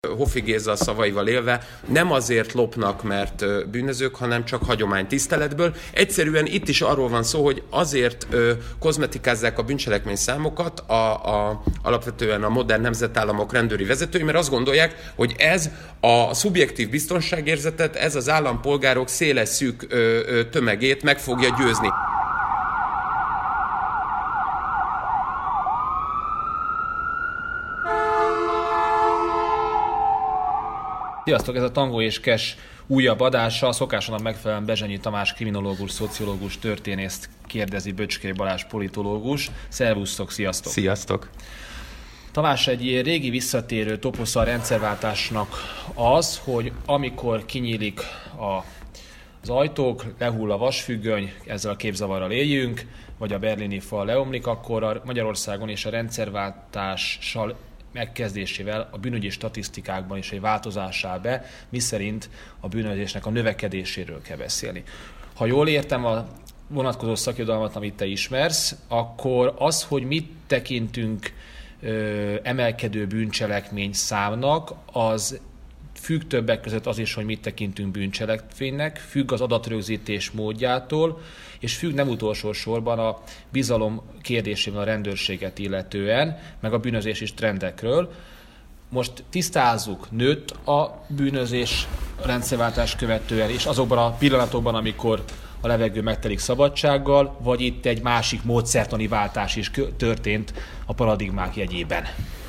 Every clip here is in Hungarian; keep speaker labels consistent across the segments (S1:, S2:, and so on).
S1: Hoffi Géza szavaival élve, nem azért lopnak, mert bűnözők, hanem csak hagyománytiszteletből. Egyszerűen itt is arról van szó, hogy azért kozmetikázzák a bűncselekmény számokat alapvetően a modern nemzetállamok rendőri vezetői, mert azt gondolják, hogy ez a szubjektív biztonságérzetet, ez az állampolgárok széles szűk tömegét meg fogja győzni.
S2: Sziasztok, ez a Tango és Cash újabb adása. A szokásonak megfelelően Bezsenyi Tamás kriminológus, szociológus, történészt kérdezi Böcskei Balázs politológus. Szervusztok, sziasztok!
S1: Sziasztok!
S2: Tamás, egy régi visszatérő toposza a rendszerváltásnak az, hogy amikor kinyílik az ajtók, lehull a vasfüggöny, ezzel a képzavarral éljünk, vagy a berlini fal leomlik, akkor a Magyarországon és a rendszerváltással megkezdésével a bűnügyi statisztikákban is egy változás áll be, miszerint a bűnözésnek a növekedéséről kell beszélni. Ha jól értem a vonatkozó szakirodalmat, amit te ismersz, akkor az, hogy mit tekintünk emelkedő bűncselekmény számnak, az függ többek között az is, hogy mit tekintünk bűncselekménynek, függ az adatrögzítés módjától, és függ nem utolsó sorban a bizalom kérdésében a rendőrséget illetően, meg a bűnözési trendekről. Most tisztázzuk, nőtt a bűnözés a rendszerváltás követően, és azokban a pillanatokban, amikor a levegő megtelik szabadsággal, vagy itt egy másik módszertani váltás is történt a paradigmák jegyében?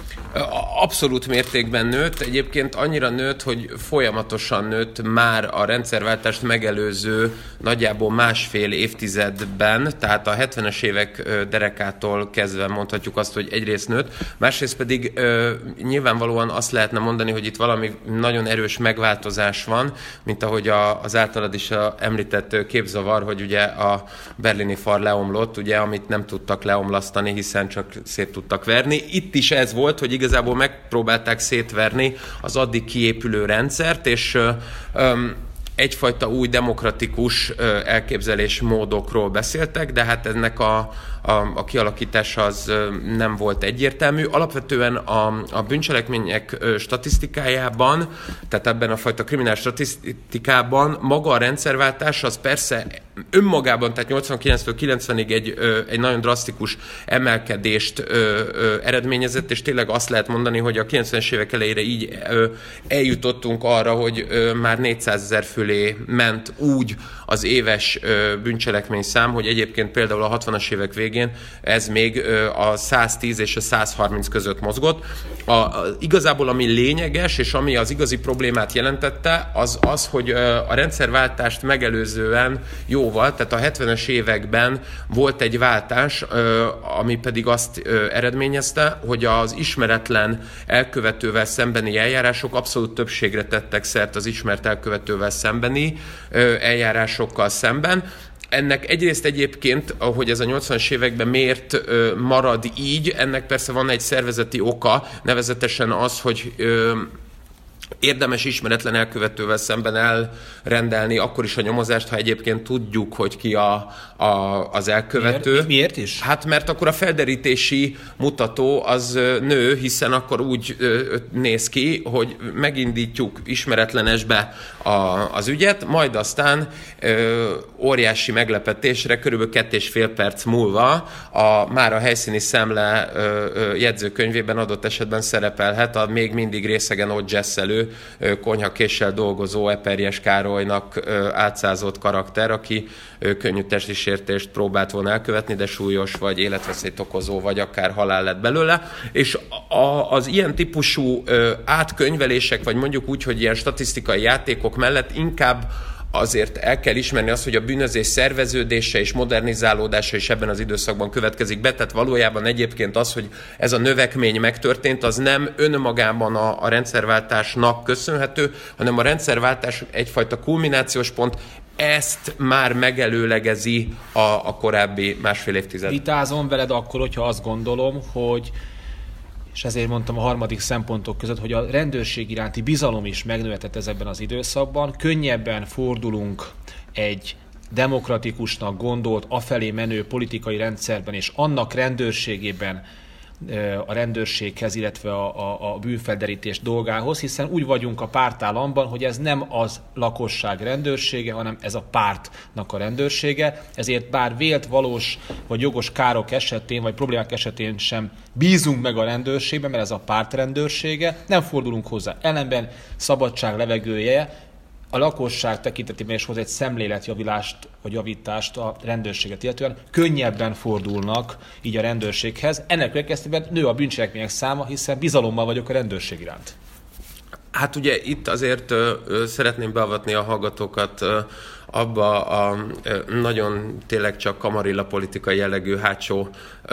S1: Abszolút mértékben nőtt. Egyébként annyira nőtt, hogy folyamatosan nőtt már a rendszerváltást megelőző nagyjából másfél évtizedben, tehát a 70-es évek derekától kezdve mondhatjuk azt, hogy egyrészt nőtt, másrészt pedig nyilvánvalóan azt lehetne mondani, hogy itt valami nagyon erős megváltozás van, mint ahogy az általad is említett képzavar, hogy ugye a berlini fal leomlott, ugye, amit nem tudtak leomlasztani, hiszen csak szét tudtak verni. Itt is ez volt, hogy igazából megpróbálták szétverni az addig kiépülő rendszert, és egyfajta új demokratikus elképzelésmódokról beszéltek, de hát ennek a kialakítása az nem volt egyértelmű. Alapvetően a bűncselekmények statisztikájában, tehát ebben a fajta kriminális statisztikában maga a rendszerváltás az persze önmagában, tehát 89-től 90-ig egy nagyon drasztikus emelkedést eredményezett, és tényleg azt lehet mondani, hogy a 90-es évek elejére így eljutottunk arra, hogy már 400 000 fölé ment úgy az éves bűncselekmény szám, hogy egyébként például a 60-as évek végén ez még a 110 és a 130 között mozgott. Igazából ami lényeges, és ami az igazi problémát jelentette, az, hogy a rendszerváltást megelőzően jóval, tehát a 70-es években volt egy váltás, ami pedig azt eredményezte, hogy az ismeretlen elkövetővel szembeni eljárások abszolút többségre tettek szert az ismert elkövetővel szembeni eljárásokkal szemben. Ennek egyrészt egyébként, ahogy ez a 80-as években miért marad így, ennek persze van egy szervezeti oka, nevezetesen az, hogy érdemes ismeretlen elkövetővel szemben elrendelni akkor is a nyomozást, ha egyébként tudjuk, hogy ki az elkövető.
S2: Miért is?
S1: Hát mert akkor a felderítési mutató az nő, hiszen akkor úgy néz ki, hogy megindítjuk ismeretlenesbe az ügyet, majd aztán óriási meglepetésre körülbelül 2,5 perc múlva már a helyszíni szemle jegyzőkönyvében adott esetben szerepelhet a még mindig részegen ott dzsesszelő konyhakéssel dolgozó Eperjes Károlynak átszázott karakter, aki könnyű testi sértést próbált volna elkövetni, de súlyos vagy életveszélyt okozó, vagy akár halál lett belőle. És az ilyen típusú átkönyvelések, vagy mondjuk úgy, hogy ilyen statisztikai játékok mellett inkább azért el kell ismerni azt, hogy a bűnözés szerveződése és modernizálódása is ebben az időszakban következik be, tehát valójában egyébként az, hogy ez a növekmény megtörtént, az nem önmagában a rendszerváltásnak köszönhető, hanem a rendszerváltás egyfajta kulminációs pont, ezt már megelőlegezi a korábbi másfél évtized.
S2: Vitázom veled akkor, hogyha azt gondolom, hogy és ezért mondtam a harmadik szempontok között, hogy a rendőrség iránti bizalom is megnövetett ezekben az időszakban. Könnyebben fordulunk egy demokratikusnak gondolt, afelé menő politikai rendszerben és annak rendőrségében a rendőrséghez, illetve a bűnfelderítés dolgához, hiszen úgy vagyunk a pártállamban, hogy ez nem az lakosság rendőrsége, hanem ez a pártnak a rendőrsége, ezért bár vélt, valós vagy jogos károk esetén, vagy problémák esetén sem bízunk meg a rendőrségben, mert ez a párt rendőrsége, nem fordulunk hozzá. Ellenben szabadság levegője a lakosság tekintetében is hoz egy szemléletjavítást vagy javítást a rendőrséget illetően, könnyebben fordulnak így a rendőrséghez. Ennek következtében nő a bűncselekmények száma, hiszen bizalommal vagyok a rendőrség iránt.
S1: Hát ugye itt azért szeretném beavatni a hallgatókat abba a nagyon tényleg csak kamarilla politikai jellegű hátsó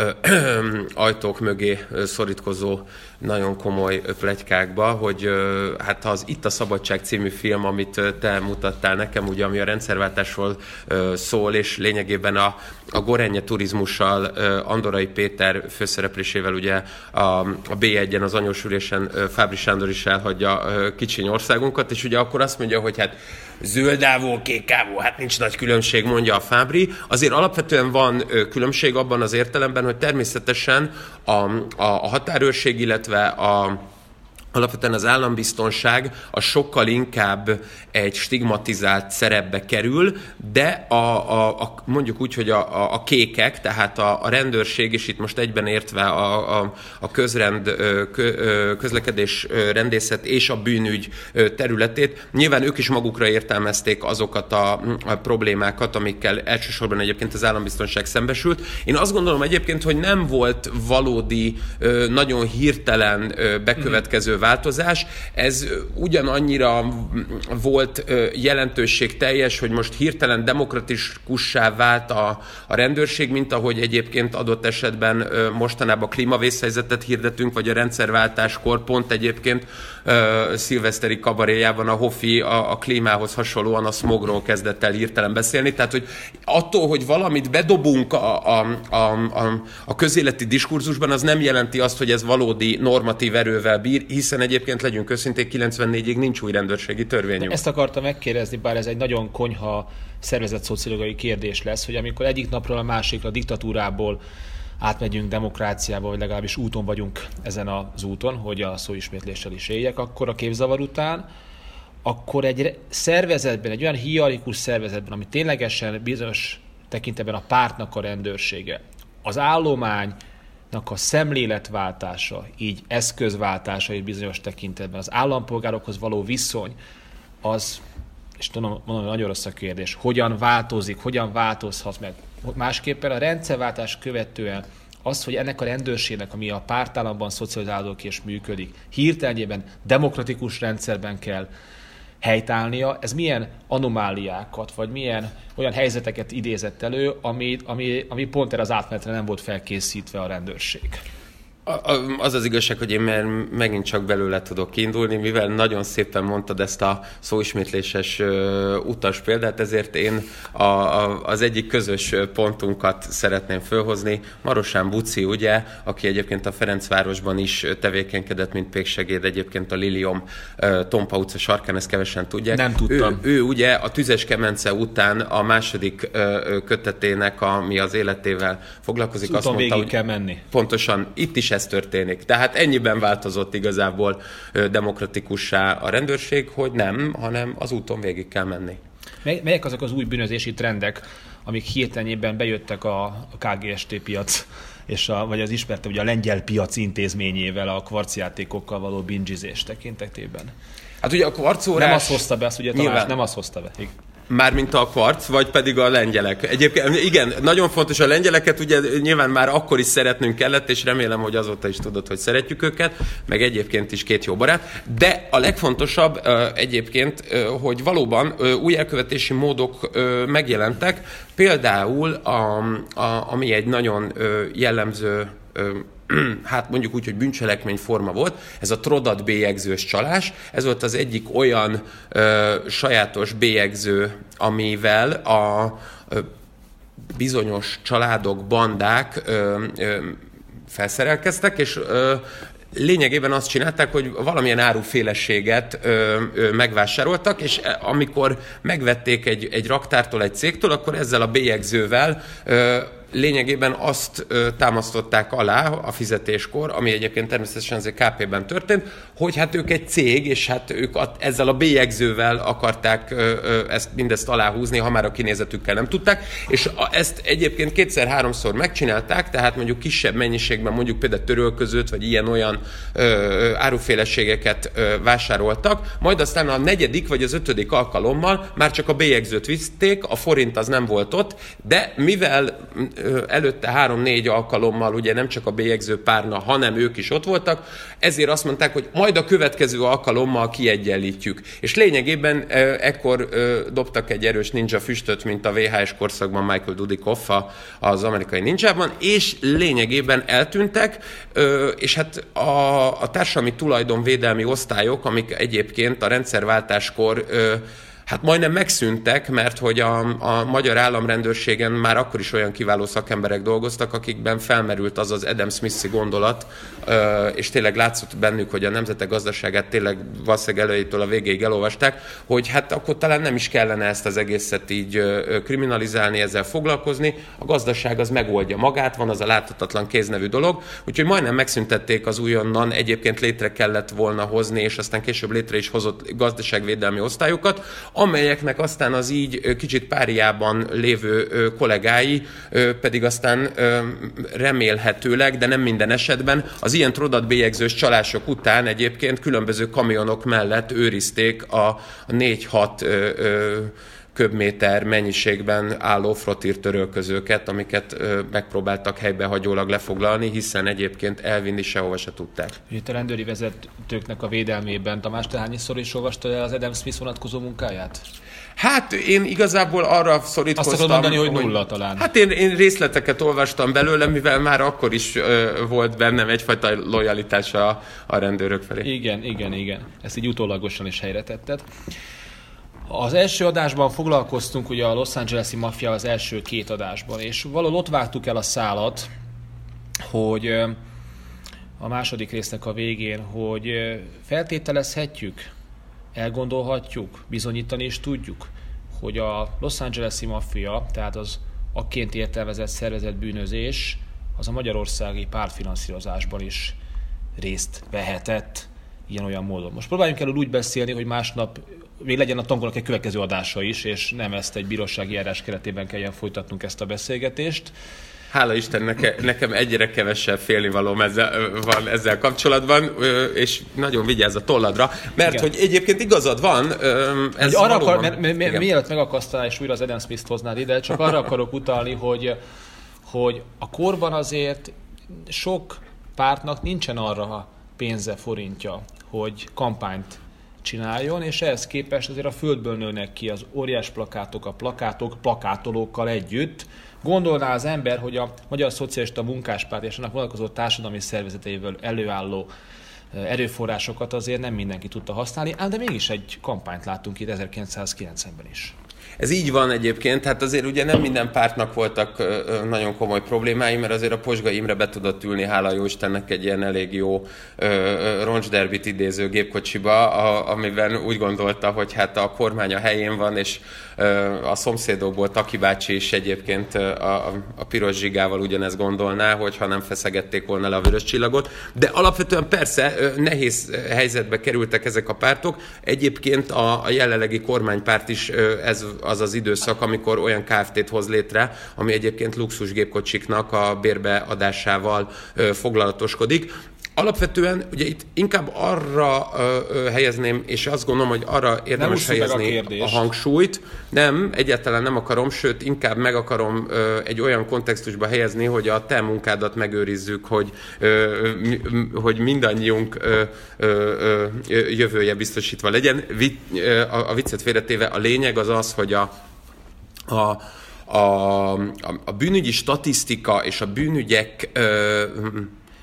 S1: ajtók mögé szorítkozó nagyon komoly pletykákba, hogy hát az Itt a Szabadság című film, amit te mutattál nekem, ugye, ami a rendszerváltásról szól, és lényegében a Gorenje turizmussal, Andorai Péter főszereplésével ugye a B1-en, az anyósülésen Fábry Sándor is elhagyja kicsiny országunkat, és ugye akkor azt mondja, hogy hát zöldávó, kékávó, hát nincs nagy különbség, mondja a Fábry. Azért alapvetően van különbség abban az értelemben, hogy természetesen a határőrség, illetve alapvetően az állambiztonság a sokkal inkább egy stigmatizált szerepbe kerül, de mondjuk úgy, hogy a kékek, tehát a rendőrség, és itt most egyben értve a közlekedés rendészet és a bűnügy területét, nyilván ők is magukra értelmezték azokat a problémákat, amikkel elsősorban egyébként az állambiztonság szembesült. Én azt gondolom egyébként, hogy nem volt valódi, nagyon hirtelen bekövetkező változás. Ez ugyanannyira volt jelentőségteljes, hogy most hirtelen demokratikussá vált a rendőrség, mint ahogy egyébként adott esetben mostanában klímavészhelyzetet hirdetünk, vagy a rendszerváltáskor pont egyébként szilveszteri kabaréjában a Hoffi a klímához hasonlóan a smogról kezdett el hirtelen beszélni. Tehát, hogy attól, hogy valamit bedobunk a közéleti diskurzusban, az nem jelenti azt, hogy ez valódi normatív erővel bír, hiszen egyébként legyünk őszinték, 94-ig nincs új rendőrségi törvényünk.
S2: Ezt akartam megkérdezni, bár ez egy nagyon konyha szervezetszociológiai kérdés lesz, hogy amikor egyik napról a másikra diktatúrából átmegyünk demokráciába, vagy legalábbis úton vagyunk ezen az úton, hogy a szóismétléssel is éljek, akkor a képzavar után, akkor egy szervezetben, egy olyan hierarchikus szervezetben, ami ténylegesen bizonyos tekintetben a pártnak a rendőrsége, az állománynak a szemléletváltása, így eszközváltása egy bizonyos tekintetben, az állampolgárokhoz való viszony, az, és tudom, mondom, nagyon rossz a kérdés, hogyan változik, hogyan változhat meg. Másképpen a rendszerváltás követően az, hogy ennek a rendőrségnek, ami a pártállamban szocializálódott és működik, hirtelenjében demokratikus rendszerben kell helytállnia, ez milyen anomáliákat, vagy milyen olyan helyzeteket idézett elő, ami pont erre az átmenetre nem volt felkészítve a rendőrség.
S1: Az az igazság, hogy én megint csak belőle tudok kiindulni, mivel nagyon szépen mondtad ezt a szóismétléses utas példát, ezért én az egyik közös pontunkat szeretném fölhozni. Marosán Buci, ugye, aki egyébként a Ferencvárosban is tevékenykedett, mint péksegéd, egyébként a Lilium Tompa utca sarkán, ezt kevesen tudják.
S2: Nem tudtam.
S1: Ő ugye a Tüzes kemence után a második kötetének, ami az életével foglalkozik, azt mondta, hogy
S2: kell menni.
S1: Pontosan, itt is ez történik. Tehát ennyiben változott igazából demokratikussá a rendőrség, hogy nem, hanem az úton végig kell menni.
S2: Melyek azok az új bűnözési trendek, amik hirtelenében bejöttek a KGST piac, vagy az ismerte ugye a lengyel piac intézményével a kvarcjátékokkal való bingizés tekintetében?
S1: Hát ugye a kvarcórás...
S2: Nem azt hozta be, azt ugye Tamás, nem azt hozta be.
S1: Mármint a kvarc, vagy pedig a lengyelek. Egyébként igen, nagyon fontos a lengyeleket, ugye nyilván már akkor is szeretnünk kellett, és remélem, hogy azóta is tudod, hogy szeretjük őket, meg egyébként is két jó barát. De a legfontosabb egyébként, hogy valóban új elkövetési módok megjelentek, például ami egy nagyon jellemző hát mondjuk úgy, hogy bűncselekményforma volt, ez a trodat bélyegzős csalás, ez volt az egyik olyan sajátos bélyegző, amivel a bizonyos családok, bandák felszerelkeztek, és lényegében azt csinálták, hogy valamilyen áruféleséget megvásároltak, és amikor megvették egy raktártól, egy cégtől, akkor ezzel a bélyegzővel lényegében azt támasztották alá a fizetéskor, ami egyébként természetesen azért KP-ben történt, hogy hát ők egy cég, és hát ők ezzel a bélyegzővel akarták mindezt aláhúzni, ha már a kinézetükkel nem tudták, és ezt egyébként 2-3-szor megcsinálták, tehát mondjuk kisebb mennyiségben, mondjuk például törölközőt, vagy ilyen-olyan áruféleségeket vásároltak, majd aztán a 4. vagy az 5. alkalommal már csak a bélyegzőt vitték, a forint az nem volt ott, de mivel előtte 3-4 alkalommal ugye nem csak a bélyegző párna, hanem ők is ott voltak, ezért azt mondták, hogy majd a következő alkalommal kiegyenlítjük. És lényegében ekkor dobtak egy erős ninja füstöt, mint a VHS korszakban Michael Dudikoff az amerikai ninjában, és lényegében eltűntek, és hát a társadalmi tulajdonvédelmi osztályok, amik egyébként a rendszerváltáskor hát majdnem megszűntek, mert hogy a magyar államrendőrségen már akkor is olyan kiváló szakemberek dolgoztak, akikben felmerült az az Adam Smith-i gondolat, és tényleg látszott bennük, hogy a nemzetek gazdaságát tényleg valószínűleg elejétől a végéig elolvasták, hogy hát akkor talán nem is kellene ezt az egészet így kriminalizálni, ezzel foglalkozni. A gazdaság az megoldja magát, van az a láthatatlan kéznevű dolog, úgyhogy majdnem megszüntették az újonnan, egyébként létre kellett volna hozni, és aztán később létre is hozott gazdaságvédelmi osztályokat, amelyeknek aztán az így kicsit páriában lévő kollégái pedig aztán remélhetőleg, de nem minden esetben az ilyen trodatbélyegzős csalások után egyébként különböző kamionok mellett őrizték a 4-6 köbméter mennyiségben álló frottír-törölközőket, amiket megpróbáltak helybehagyólag lefoglalni, hiszen egyébként elvinni sehova se tudták.
S2: Itt a rendőri vezetőknek a védelmében, Tamás, te hányszor is olvastad el az Adam Smith vonatkozó munkáját?
S1: Hát én igazából arra szorítkoztam...
S2: Azt akarod mondani, hogy nulla talán.
S1: Hát én részleteket olvastam belőle, mivel már akkor is volt bennem egyfajta lojalitás a rendőrök felé.
S2: Igen. Ezt így utólagosan is helyre tetted. Az első adásban foglalkoztunk ugye a Los Angeles-i maffia az első 2 adásban, és valahol ott vágtuk el a szálat, hogy a második résznek a végén, hogy feltételezhetjük, elgondolhatjuk, bizonyítani is tudjuk, hogy a Los Angeles-i maffia, tehát az akként értelmezett szervezett bűnözés, az a magyarországi pártfinanszírozásban is részt vehetett ilyen-olyan módon. Most próbáljunk el úgy beszélni, hogy másnap még legyen a tankolnak egy következő adása is, és nem ezt egy bírósági járás keretében kelljen folytatnunk ezt a beszélgetést.
S1: Hála Istennek, nekem egyre kevesebb félnivalóm van ezzel kapcsolatban, és nagyon vigyázz a tolladra, mert igen, hogy egyébként igazad van. Ez valóban...
S2: Mielőtt megakasztanál, és újra az Adam Smith-t hoznád ide, csak arra akarok utalni, hogy a korban azért sok pártnak nincsen arra pénze, forintja, hogy kampányt csináljon, és ehhez képest azért a földből nőnek ki az óriás plakátok, a plakátolókkal együtt. Gondolná az ember, hogy a Magyar Szocialista Munkáspárt és annak vonatkozó társadalmi szervezeteiből előálló erőforrásokat azért nem mindenki tudta használni, ám de mégis egy kampányt láttunk itt 1990-ben is.
S1: Ez így van egyébként, hát azért ugye nem minden pártnak voltak nagyon komoly problémái, mert azért a Pozsgai Imre be tudott ülni, hála jó Istennek, egy ilyen elég jó roncsderbit idéző gépkocsiba, amiben úgy gondolta, hogy hát a kormány a helyén van, és a szomszédokból Taki bácsi is egyébként a Piros Zsigával ugyanezt gondolná, hogyha nem feszegették volna le a vörös csillagot. De alapvetően persze nehéz helyzetbe kerültek ezek a pártok. Egyébként a jelenlegi kormánypárt is ez az az időszak, amikor olyan Kft-t hoz létre, ami egyébként luxusgépkocsiknak a bérbeadásával foglalatoskodik. Alapvetően ugye itt inkább arra helyezném, és azt gondolom, hogy arra érdemes helyezni a hangsúlyt. Nem, egyáltalán nem akarom, sőt, inkább meg akarom egy olyan kontextusba helyezni, hogy a te munkádat megőrizzük, hogy mindannyiunk jövője biztosítva legyen. A viccet félretéve a lényeg az az, hogy a bűnügyi statisztika és a bűnügyek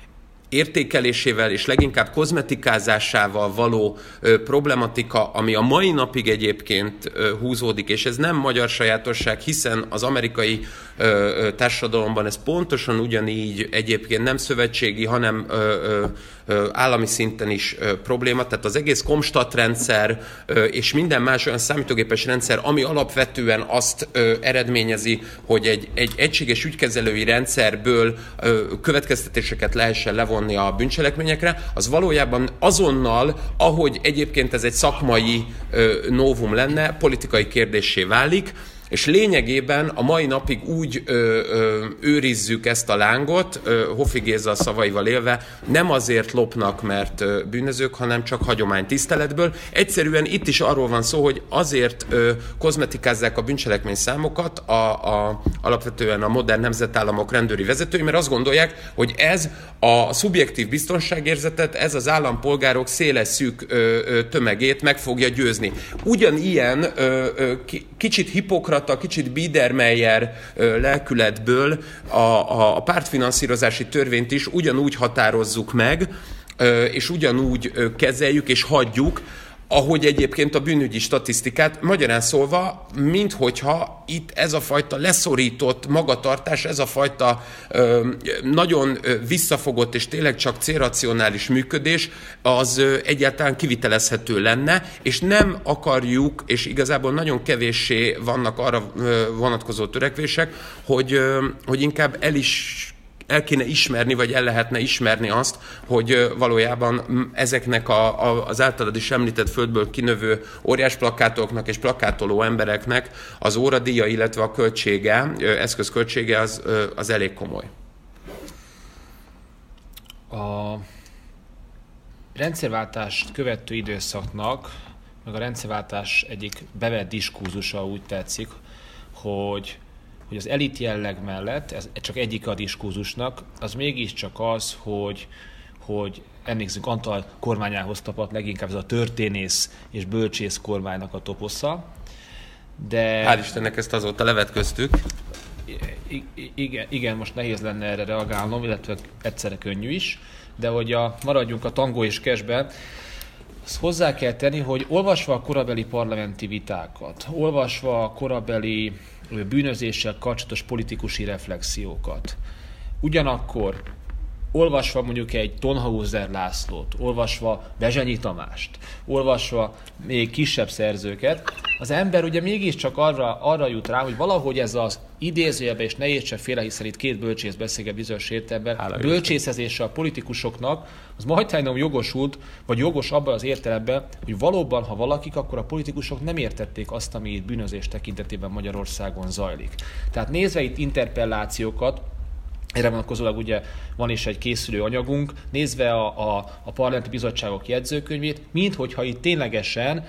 S1: értékelésével és leginkább kozmetikázásával való problematika, ami a mai napig egyébként húzódik, és ez nem magyar sajátosság, hiszen az amerikai társadalomban ez pontosan ugyanígy egyébként nem szövetségi, hanem állami szinten is probléma, tehát az egész Komstat rendszer és minden más olyan számítógépes rendszer, ami alapvetően azt eredményezi, hogy egy egységes ügykezelői rendszerből következtetéseket lehessen levonni a bűncselekményekre, az valójában azonnal, ahogy egyébként ez egy szakmai novum lenne, politikai kérdéssé válik, és lényegében a mai napig úgy őrizzük ezt a lángot, Hofi Géza szavaival élve, nem azért lopnak, mert bűnözők, hanem csak hagyománytiszteletből. Egyszerűen itt is arról van szó, hogy azért kozmetikázzák a bűncselekmény számokat alapvetően a modern nemzetállamok rendőri vezetői, mert azt gondolják, hogy ez a szubjektív biztonságérzetet, ez az állampolgárok széles szűk tömegét meg fogja győzni. Ugyanilyen kicsit hipokrata, kicsit Biedermeier lelkületből a pártfinanszírozási törvényt is ugyanúgy határozzuk meg, és ugyanúgy kezeljük és hagyjuk, ahogy egyébként a bűnügyi statisztikát, magyarán szólva, minthogyha itt ez a fajta leszorított magatartás, ez a fajta nagyon visszafogott és tényleg csak célracionális működés, az egyáltalán kivitelezhető lenne, és nem akarjuk, és igazából nagyon kevéssé vannak arra vonatkozó törekvések, hogy inkább el kéne ismerni, vagy el lehetne ismerni azt, hogy valójában ezeknek az általad is említett földből kinövő óriás plakátoknak és plakátoló embereknek az óradíja, illetve a költsége, eszközköltsége az elég komoly.
S2: A rendszerváltást követő időszaknak, meg a rendszerváltás egyik bevett diskurzusa úgy tetszik, hogy az elit jelleg mellett, ez csak egyik a diskurzusnak, az mégiscsak az, hogy emlékszünk Antal kormányához tapadt leginkább ez a történész és bölcsész kormánynak a toposza. De
S1: hál' Istennek ezt azóta levetköztük.
S2: Igen, most nehéz lenne erre reagálnom, illetve egyszerre könnyű is, de hogy maradjunk a tangó és cashben, azt hozzá kell tenni, hogy olvasva a korabeli parlamenti vitákat, olvasva a korabeli bűnözéssel kapcsolatos politikusi reflexiókat, ugyanakkor olvasva mondjuk egy Thonhauser Lászlót, olvasva Bezsenyi Tamást, olvasva még kisebb szerzőket, az ember ugye mégiscsak arra jut rá, hogy valahogy ez az idézőjelben, és ne értse félre, hiszen itt két bölcsész beszélget bizonyos értelemben, bölcsészezése a politikusoknak, az majdnem jogosult, vagy jogos abban az értelemben, hogy valóban, ha valakik, akkor a politikusok nem értették azt, ami itt bűnözés tekintetében Magyarországon zajlik. Tehát nézve itt interpellációkat, erre vonatkozólag ugye van is egy készülő anyagunk, nézve a parlamenti bizottságok jegyzőkönyvét, minthogyha itt ténylegesen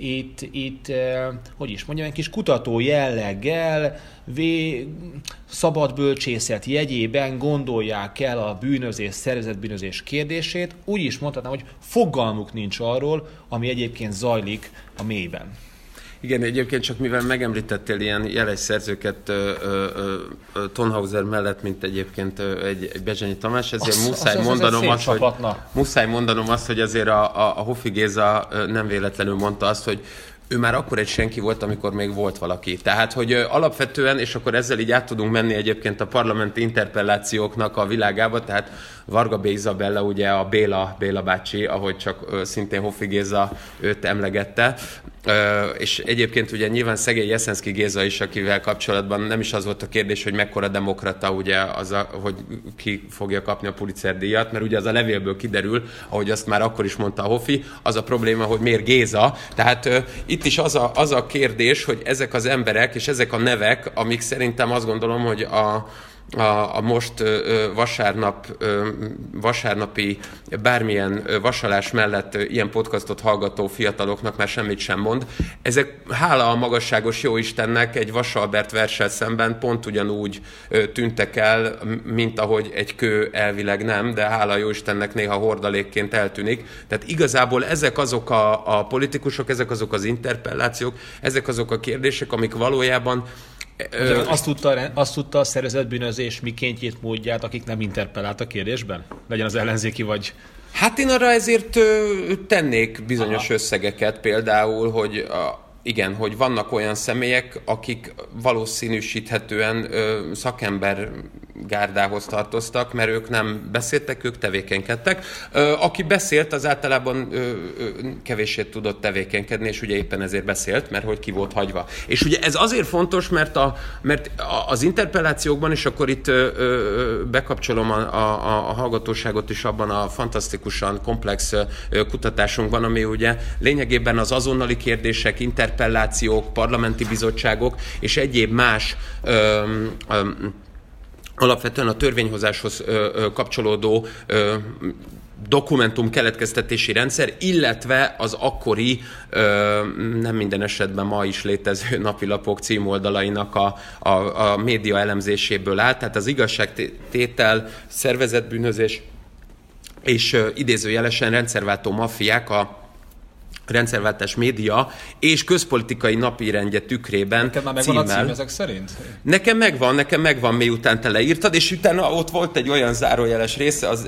S2: hogy is mondjam, egy kis kutató jelleggel, szabad bölcsészet jegyében gondolják el a bűnözés, szervezetbűnözés kérdését, úgy is mondhatnám, hogy fogalmuk nincs arról, ami egyébként zajlik a mélyben.
S1: Igen, egyébként csak mivel megemlítettél ilyen jeles szerzőket Thonhauser mellett, mint egyébként egy Bezsenyi Tamás, ezért muszáj mondanom azt, hogy azért a Hofi Géza nem véletlenül mondta azt, hogy ő már akkor egy senki volt, amikor még volt valaki. Tehát, hogy alapvetően, és akkor ezzel így át tudunk menni egyébként a parlamenti interpellációknak a világába, tehát Varga B. Izabella, ugye a Béla bácsi, ahogy csak szintén Hofi Géza őt emlegette, és egyébként ugye nyilván szegény Jeszenszky Géza is, akivel kapcsolatban nem is az volt a kérdés, hogy mekkora demokrata, ugye hogy ki fogja kapni a Pulitzer-díjat, mert ugye az a levélből kiderül, ahogy azt már akkor is mondta a Hofi, az a probléma, hogy miért Géza. Tehát itt is az a kérdés, hogy ezek az emberek és ezek a nevek, amik szerintem azt gondolom, hogy a most vasárnapi bármilyen vasalás mellett ilyen podcastot hallgató fiataloknak már semmit sem mond. Ezek hála a magasságos jóistennek egy Vasalbert verssel szemben pont ugyanúgy tűntek el, mint ahogy egy kő elvileg nem, de hála a jóistennek néha hordalékként eltűnik. Tehát igazából ezek azok a politikusok, ezek azok az interpellációk, ezek azok a kérdések, amik valójában
S2: Azt tudta a szervezett bűnözés mikéntjét, módját, akik nem interpellált a kérdésben? Legyen az ellenzéki vagy...
S1: Hát én arra ezért tennék bizonyos összegeket, például, hogy igen, hogy vannak olyan személyek, akik valószínűsíthetően szakember gárdához tartoztak, mert ők nem beszéltek, ők tevékenykedtek. Aki beszélt, az általában kevéssé tudott tevékenykedni, és ugye éppen ezért beszélt, mert hogy ki volt hagyva. És ugye ez azért fontos, mert az interpellációkban, és akkor itt bekapcsolom a hallgatóságot is abban a fantasztikusan komplex kutatásunkban, ami ugye lényegében az azonnali kérdések, interpellációk, parlamenti bizottságok és egyéb más alapvetően a törvényhozáshoz kapcsolódó dokumentum keletkeztetési rendszer, illetve az akkori, nem minden esetben ma is létező napilapok címoldalainak a média elemzéséből áll. Tehát az igazságtétel, szervezetbűnözés és idézőjelesen rendszerváltó maffiák a rendszerváltás média és közpolitikai napirendje tükrében
S2: Neked már megvan a cím ezek szerint?
S1: Nekem megvan, miután te leírtad, és utána ott volt egy olyan zárójeles része, az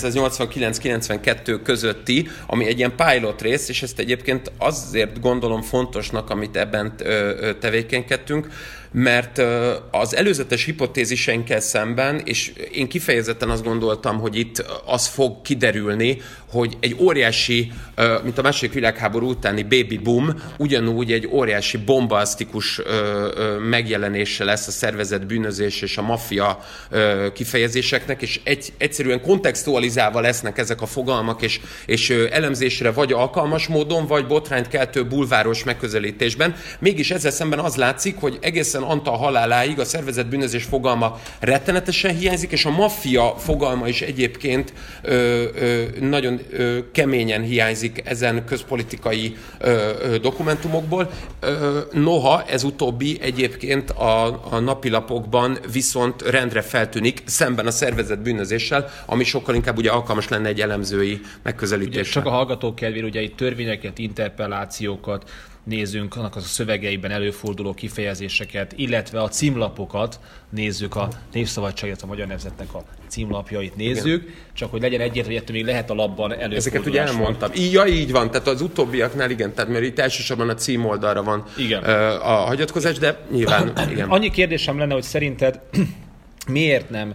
S1: 1989-92 közötti, ami egy ilyen pilot rész, és ezt egyébként azért gondolom fontosnak, amit ebben tevékenykedtünk, mert az előzetes hipotéziseinkkel szemben, és én kifejezetten azt gondoltam, hogy itt az fog kiderülni, hogy egy óriási, mint a második világháború utáni baby boom, ugyanúgy egy óriási bombasztikus megjelenése lesz a szervezett bűnözés és a maffia kifejezéseknek, és egyszerűen kontextualizálva lesznek ezek a fogalmak, és elemzésre vagy alkalmas módon, vagy botrányt keltő bulváros megközelítésben. Mégis ezzel szemben az látszik, hogy egészen Antal haláláig a szervezett bűnözés fogalma rettenetesen hiányzik, és a maffia fogalma is egyébként nagyon keményen hiányzik ezen közpolitikai dokumentumokból. Noha ez utóbbi egyébként a napilapokban viszont rendre feltűnik szemben a szervezett bűnözéssel, ami sokkal inkább ugye alkalmas lenne egy elemzői megközelítésre.
S2: Ugye csak a hallgatók kedvére ugye itt törvényeket, interpellációkat nézzünk, annak az a szövegeiben előforduló kifejezéseket, illetve a címlapokat nézzük, a Népszabadság, illetve a Magyar Nemzetnek a címlapjait nézzük, igen. Csak hogy legyen egyértelmű, hogy ettől még lehet a labban előfordulás.
S1: Ezeket ugye elmondtam. Így van, tehát az utóbbiaknál igen, tehát mert itt elsősorban a címoldalra van a hagyatkozás, de nyilván igen.
S2: Annyi kérdésem lenne, hogy szerinted miért nem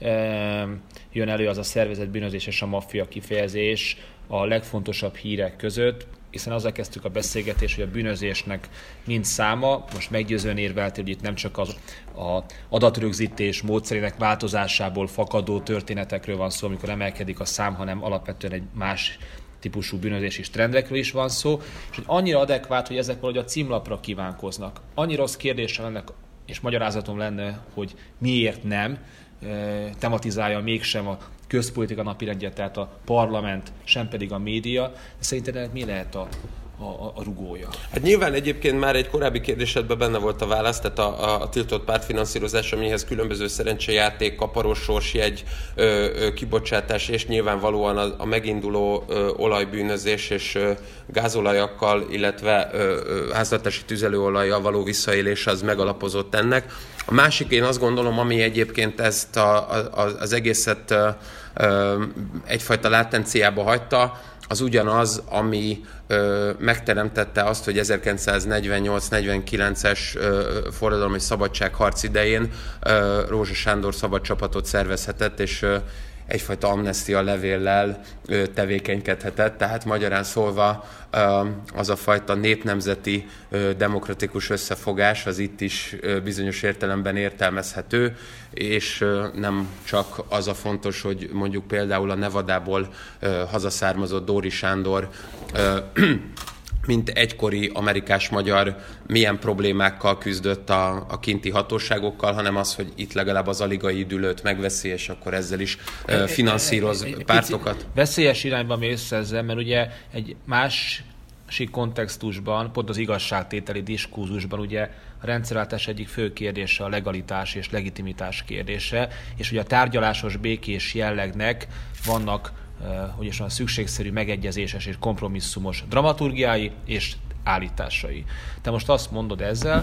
S2: jön elő az a szervezett bűnözés és a maffia kifejezés a legfontosabb hírek között, hiszen azzal kezdtük a beszélgetést, hogy a bűnözésnek mind száma, most meggyőzően érveltél, hogy itt nem csak az adatrögzítés módszerének változásából fakadó történetekről van szó, amikor emelkedik a szám, hanem alapvetően egy más típusú bűnözési trendekről is van szó, és hogy annyira adekvát, hogy ezek valahogy a címlapra kívánkoznak. Annyira rossz kérdésem ennek, és magyarázatom lenne, hogy miért nem tematizálja mégsem a közpolitika napirendje, tehát a parlament, sem pedig a média. Szerinted mi lehet a rugója?
S1: Hát nyilván egyébként már egy korábbi kérdésedben benne volt a válasz, tehát a tiltott pártfinanszírozás, amihez különböző szerencsejáték, kaparós sorsjegy, kibocsátás, és nyilvánvalóan a meginduló olajbűnözés és gázolajakkal, illetve háztartási tüzelőolajjal való visszaélés az megalapozott ennek. A másik, én azt gondolom, ami egyébként ezt az egészet egyfajta látenciába hagyta, az ugyanaz, ami megteremtette azt, hogy 1948-49-es forradalom és szabadságharc idején Rózsa Sándor szabad csapatot szervezhetett, és egyfajta amnestia levéllel tevékenykedhetett, tehát magyarán szólva az a fajta népnemzeti demokratikus összefogás az itt is bizonyos értelemben értelmezhető, és nem csak az a fontos, hogy mondjuk például a Nevadából hazaszármazott Dóri Sándor mint egykori amerikás-magyar milyen problémákkal küzdött a kinti hatóságokkal, hanem az, hogy itt legalább az aligai üdülőt megveszi, és akkor ezzel is finanszíroz pártokat.
S2: Veszélyes irányba mész ezzel, mert ugye egy másik kontextusban, pont az igazságtételi diskurzusban ugye a rendszerváltás egyik fő kérdése a legalitás és legitimitás kérdése, és ugye a tárgyalásos, békés jellegnek vannak hogy is van szükségszerű, megegyezéses és kompromisszumos dramaturgiái és állításai. Te most azt mondod ezzel,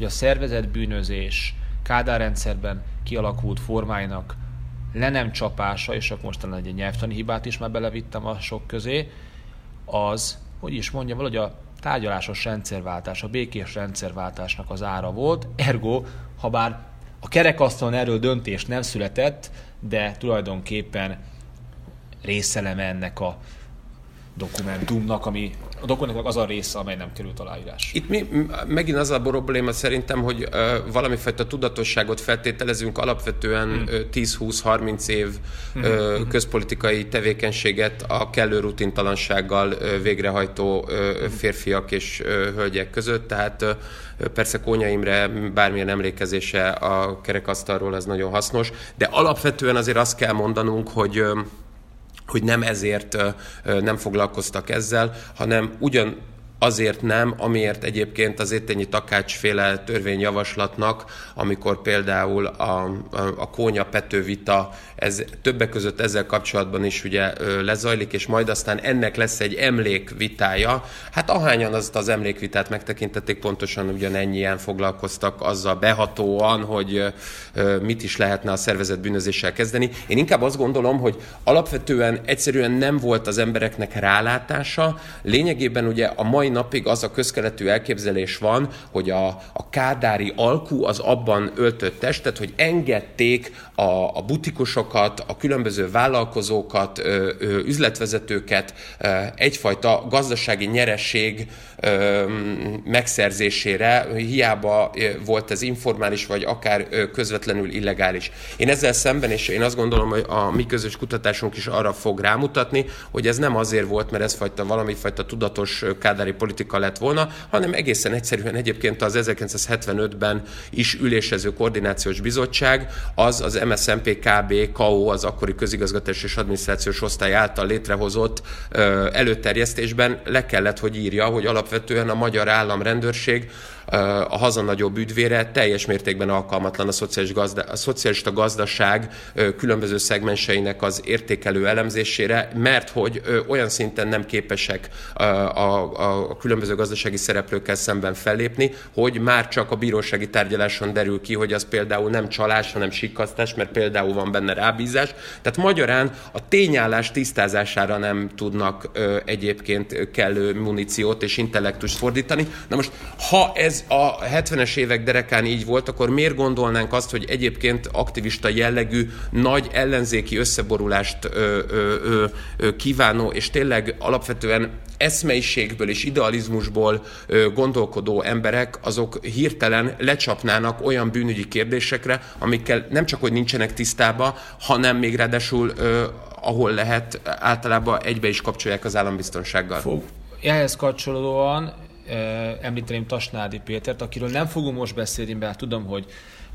S2: hogy a szervezett bűnözés Kádár rendszerben kialakult formáinak le nem csapása, és akkor most egy nyelvtani hibát is már belevittem a sok közé, az, hogy is mondjam, valahogy a tárgyalásos rendszerváltás, a békés rendszerváltásnak az ára volt, ergo, ha bár a kerekasztalon erről döntés nem született, de tulajdonképpen részeleme ennek a dokumentumnak, ami a dokumentumnak az a része, amely nem került aláírás.
S1: Itt megint az a probléma szerintem, hogy valamifajta tudatosságot feltételezünk, alapvetően 10-20-30 év közpolitikai tevékenységet a kellő rutintalansággal végrehajtó férfiak és hölgyek között, tehát persze Kónya Imre bármilyen emlékezése a kerekasztalról az nagyon hasznos, de alapvetően azért azt kell mondanunk, hogy nem ezért nem foglalkoztak ezzel, hanem ugyan azért nem, amiért egyébként az Étényi Takács-féle törvényjavaslatnak, amikor például a Kónya-Pető vita, ez többek között ezzel kapcsolatban is ugye lezajlik, és majd aztán ennek lesz egy emlékvitája. Hát ahányan azt az emlékvitát megtekintették, pontosan ugyanennyien foglalkoztak azzal behatóan, hogy mit is lehetne a szervezett bűnözéssel kezdeni. Én inkább azt gondolom, hogy alapvetően egyszerűen nem volt az embereknek rálátása. Lényegében ugye a mai napig az a közkeletű elképzelés van, hogy a kádári alkú az abban öltött testet, hogy engedték a butikosokat, a különböző vállalkozókat, üzletvezetőket egyfajta gazdasági nyeresség megszerzésére, hiába volt ez informális, vagy akár közvetlenül illegális. Én ezzel szemben, és én azt gondolom, hogy a mi közös kutatásunk is arra fog rámutatni, hogy ez nem azért volt, mert ez valamifajta tudatos kádári politika lett volna, hanem egészen egyszerűen egyébként az 1975-ben is ülésező koordinációs bizottság, az MSZNP KB KO, az akkori közigazgatás és adminisztrációs osztály által létrehozott előterjesztésben le kellett, hogy írja, hogy alapvetően a magyar államrendőrség a haza nagyobb üdvére teljes mértékben alkalmatlan a szocialista gazdaság különböző szegmenseinek az értékelő elemzésére, mert hogy olyan szinten nem képesek a különböző gazdasági szereplőkkel szemben fellépni, hogy már csak a bírósági tárgyaláson derül ki, hogy az például nem csalás, hanem sikkasztás, mert például van benne rábízás. Tehát magyarán a tényállás tisztázására nem tudnak egyébként kellő muníciót és intellektust fordítani. Na most, ha ez a 70-es évek derekán így volt, akkor miért gondolnánk azt, hogy egyébként aktivista jellegű, nagy ellenzéki összeborulást kívánó, és tényleg alapvetően eszmeiségből és idealizmusból gondolkodó emberek, azok hirtelen lecsapnának olyan bűnügyi kérdésekre, amikkel nem csak, hogy nincsenek tisztában, hanem még ráadásul, ahol lehet, általában egybe is kapcsolják az állambiztonsággal.
S2: Ehhez kapcsolódóan említeném Tasnádi Pétert, akiről nem fogunk most beszélni, mert tudom, hogy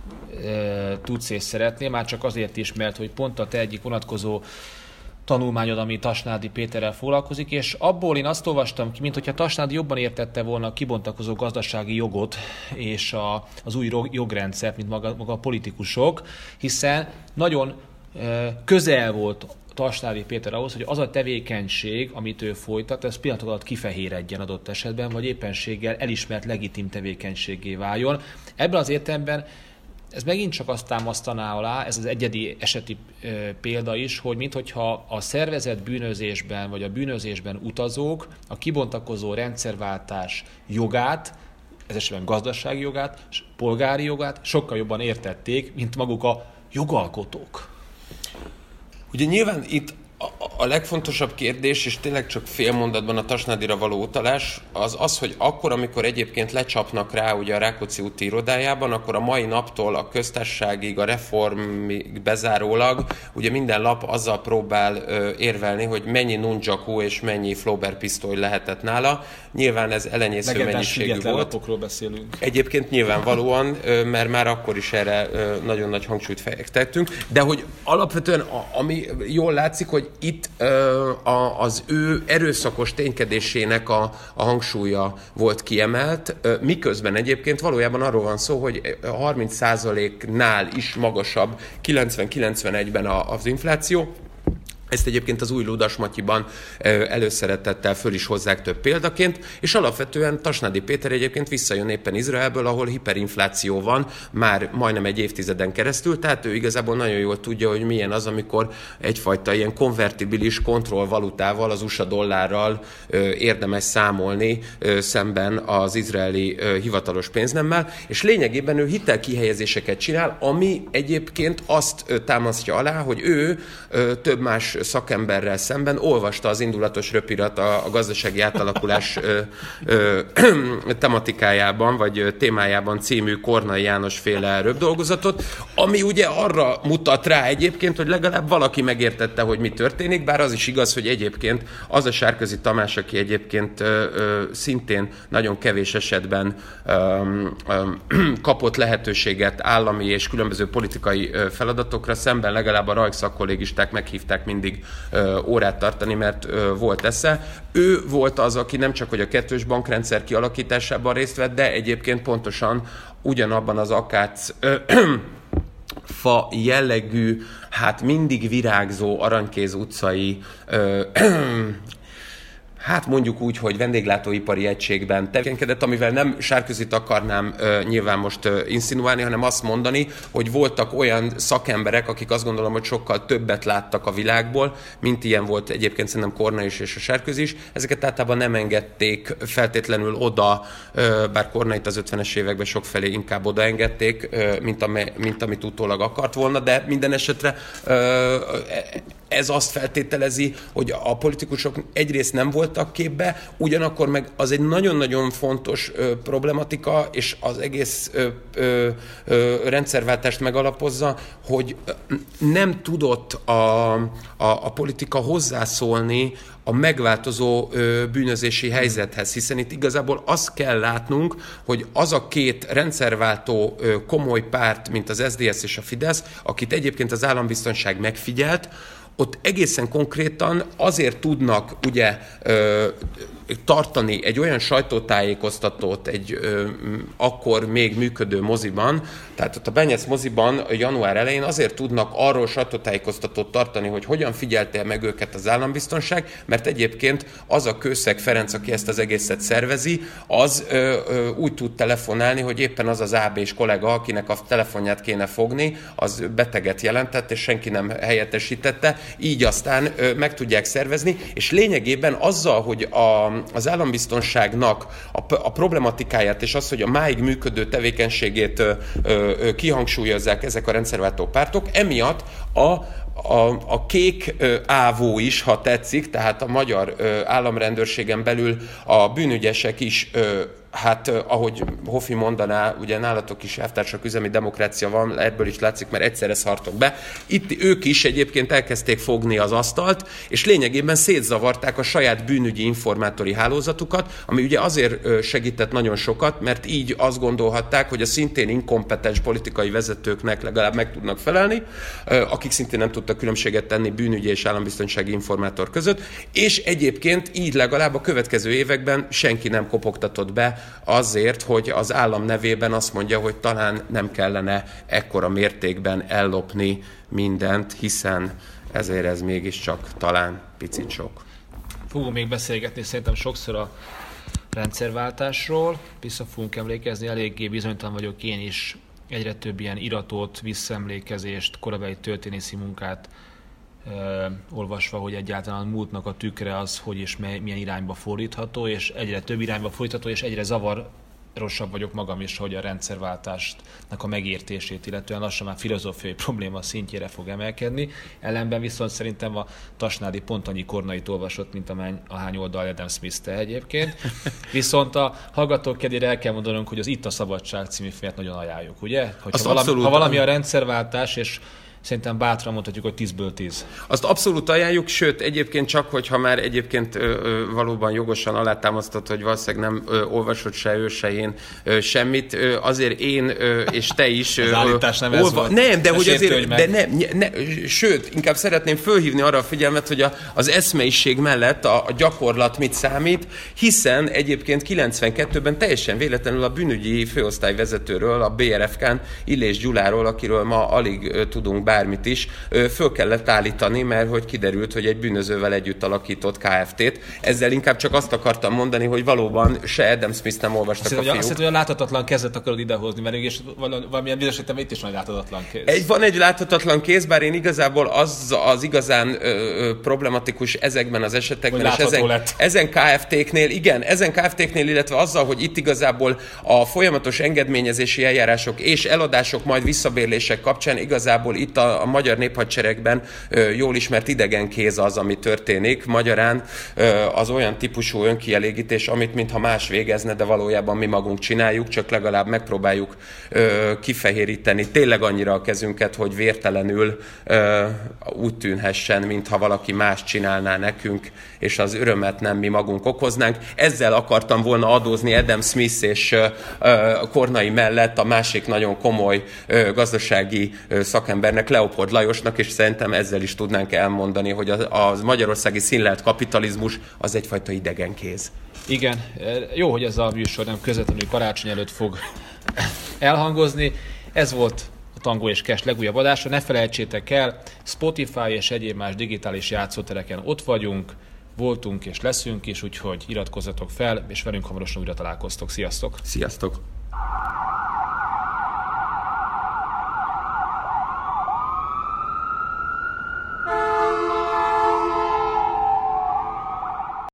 S2: tudsz és szeretnél, már csak azért is, mert hogy pont a te egyik vonatkozó tanulmányod, ami Tasnádi Péterrel foglalkozik, és abból én azt olvastam ki, mintha Tasnádi jobban értette volna a kibontakozó gazdasági jogot és az új jogrendszert, mint maga a politikusok, hiszen nagyon közel volt Tasnádi Péter ahhoz, hogy az a tevékenység, amit ő folytat, ez pillanatok alatt kifehéredjen adott esetben, vagy éppenséggel elismert legitim tevékenységgé váljon. Ebben az értelemben ez megint csak azt támasztaná alá, ez az egyedi eseti példa is, hogy minthogyha a szervezett bűnözésben, vagy a bűnözésben utazók a kibontakozó rendszerváltás jogát, ez esetben gazdasági jogát, polgári jogát sokkal jobban értették, mint maguk a jogalkotók.
S1: Ugye nyilván itt a legfontosabb kérdés, és tényleg csak fél mondatban a Tasnádira való utalás, az, hogy akkor, amikor egyébként lecsapnak rá ugye a Rákóczi úti irodájában, akkor a mai naptól a köztársaságig, a reformig bezárólag, ugye minden lap azzal próbál érvelni, hogy mennyi nunchaku és mennyi Flauber pisztoly lehetett nála. Nyilván ez elenyésző mennyiségű volt.
S2: Lapokról beszélünk.
S1: Egyébként nyilvánvalóan, mert már akkor is erre nagyon nagy hangsúlyt fektettünk, de hogy alapvetően ami jól látszik, hogy itt az ő erőszakos ténykedésének a hangsúlya volt kiemelt, miközben egyébként valójában arról van szó, hogy 30%-nál is magasabb 90-91-ben az infláció, Ezt egyébként az új Ludas Matyiban előszeretettel föl is hozzák több példaként, és alapvetően Tasnádi Péter egyébként visszajön éppen Izraelből, ahol hiperinfláció van már majdnem egy évtizeden keresztül, tehát ő igazából nagyon jól tudja, hogy milyen az, amikor egyfajta ilyen konvertibilis kontrollvalutával, az USA dollárral érdemes számolni szemben az izraeli hivatalos pénznemmel, és lényegében ő hitelkihelyezéseket csinál, ami egyébként azt támasztja alá, hogy ő több más szakemberrel szemben olvasta az Indulatos röpirat a gazdasági átalakulás tematikájában, vagy témájában című Kornai János féle röpdolgozatot, ami ugye arra mutat rá egyébként, hogy legalább valaki megértette, hogy mi történik, bár az is igaz, hogy egyébként az a Sárközi Tamás, aki egyébként szintén nagyon kevés esetben kapott lehetőséget állami és különböző politikai feladatokra, szemben legalább a rajkszakkollégisták meghívták mindig órát tartani, mert volt esze. Ő volt az, aki nem csak hogy a kettős bankrendszer kialakításában részt vett, de egyébként pontosan ugyanabban az akác fa jellegű, hát mindig virágzó Aranykéz utcai hát mondjuk úgy, hogy vendéglátóipari egységben tevékenykedett, amivel nem Sárközit akarnám nyilván most insinuálni, hanem azt mondani, hogy voltak olyan szakemberek, akik azt gondolom, hogy sokkal többet láttak a világból, mint ilyen volt egyébként szerintem Korna is és a Sárközi is. Ezeket általában nem engedték feltétlenül oda, bár Kornait az 50-es években sokfelé inkább odaengedték, mint amit utólag akart volna, de minden esetre ez azt feltételezi, hogy a politikusok egyrészt nem voltak képbe, ugyanakkor meg az egy nagyon-nagyon fontos problematika, és az egész rendszerváltást megalapozza, hogy nem tudott a politika hozzászólni a megváltozó bűnözési helyzethez, hiszen itt igazából azt kell látnunk, hogy az a két rendszerváltó komoly párt, mint az SZDSZ és a Fidesz, akit egyébként az állambiztonság megfigyelt, ott egészen konkrétan azért tudnak ugye tartani egy olyan sajtótájékoztatót egy akkor még működő moziban, tehát ott a Benyec moziban január elején azért tudnak arról sajtótájékoztatót tartani, hogy hogyan figyelte meg őket az állambiztonság, mert egyébként az a Kőszeg Ferenc, aki ezt az egészet szervezi, az úgy tud telefonálni, hogy éppen az az AB-s kollega, akinek a telefonját kéne fogni, az beteget jelentett, és senki nem helyettesítette, így aztán meg tudják szervezni, és lényegében azzal, hogy az állambiztonságnak a problematikáját és az, hogy a máig működő tevékenységét kihangsúlyozzák ezek a rendszerváltó pártok, emiatt a kék ávó is, ha tetszik, tehát a magyar államrendőrségen belül a bűnügyesek is, hát ahogy Hofi mondaná, ugye nálatok is elvtársak üzemi demokrácia van, ebből is látszik, mert egyszerre szartok be. Itt ők is egyébként elkezdték fogni az asztalt, és lényegében szétzavarták a saját bűnügyi informátori hálózatukat, ami ugye azért segített nagyon sokat, mert így azt gondolhatták, hogy a szintén inkompetens politikai vezetőknek legalább meg tudnak felelni, akik szintén nem tudtak különbséget tenni bűnügyi és állambiztonsági informátor között, és egyébként így legalább a következő években senki nem kopogtatott be azért, hogy az állam nevében azt mondja, hogy talán nem kellene ekkora mértékben ellopni mindent, hiszen ezért ez mégiscsak talán picit sok.
S2: Fogunk még beszélgetni szerintem sokszor a rendszerváltásról, vissza fogunk emlékezni, eléggé bizonytalan vagyok én is, egyre több ilyen iratot, visszaemlékezést, korabeli történészi munkát olvasva, hogy egyáltalán a múltnak a tükre az, hogy és milyen irányba fordítható, és egyre több irányba fordítható, és egyre zavarosabb vagyok magam is, hogy a rendszerváltásnak a megértését, illetően lassan már filozófiai probléma szintjére fog emelkedni. Ellenben viszont szerintem a Tasnádi pont annyi Kornait olvasott, mint ahány oldal Adam Smith te egyébként. Viszont a hallgatók kedvére el kell mondanunk, hogy az Itt a Szabadság című filmet nagyon ajánljuk, ugye? Ha valami a rendszerváltás, és szerintem bátran mondhatjuk, hogy 10-ből 10.
S1: Azt abszolút ajánljuk, sőt, egyébként csak, hogyha már egyébként valóban jogosan alátámasztott, hogy valószínűleg nem olvasott se ő, se én semmit, azért én és te is...
S2: Az állítás nem ez volt.
S1: Nem, de hogy azért... De sőt, inkább szeretném fölhívni arra a figyelmet, hogy az eszmeiség mellett a gyakorlat mit számít, hiszen egyébként 92-ben teljesen véletlenül a bűnügyi főosztályvezetőről, a BRFK-n, Illés Gyuláról, akiről ma alig tudunk bármit is, föl kellett állítani, mert hogy kiderült, hogy egy bűnözővel együtt alakított Kft-t. Ezzel inkább csak azt akartam mondani, hogy valóban se Adam Smith nem olvastak a fiúk.
S2: Azt hogy a láthatatlan kezet akarod idehozni, mert és valamilyen bizonyos értelemben itt is van egy láthatatlan kéz.
S1: Van egy láthatatlan kéz, bár én igazából az igazán problematikus ezekben az esetekben, és ezen Kft-knél, igen, ezen Kft-knél, illetve azzal, hogy itt igazából a folyamatos engedményezési eljárások és eladások, majd visszabérlések kapcsán igazából itt a magyar néphadseregben jól ismert idegenkéz az, ami történik. Magyarán az olyan típusú önkielégítés, amit mintha más végezne, de valójában mi magunk csináljuk, csak legalább megpróbáljuk kifehéríteni tényleg annyira a kezünket, hogy vértelenül úgy tűnhessen, mintha valaki más csinálná nekünk, és az örömet nem mi magunk okoznánk. Ezzel akartam volna adózni Adam Smith és Kornai mellett a másik nagyon komoly gazdasági szakembernek, Leopold Lajosnak, és szerintem ezzel is tudnánk elmondani, hogy a magyarországi színlelt kapitalizmus az egyfajta idegenkéz.
S2: Igen, jó, hogy ez a műsor nem közvetlenül karácsony előtt fog elhangozni. Ez volt a Tango és Cash legújabb adása. Ne felejtsétek el, Spotify és egyéb más digitális játszótereken ott vagyunk, voltunk és leszünk is, úgyhogy iratkozzatok fel, és velünk hamarosan újra találkoztok. Sziasztok!
S1: Sziasztok!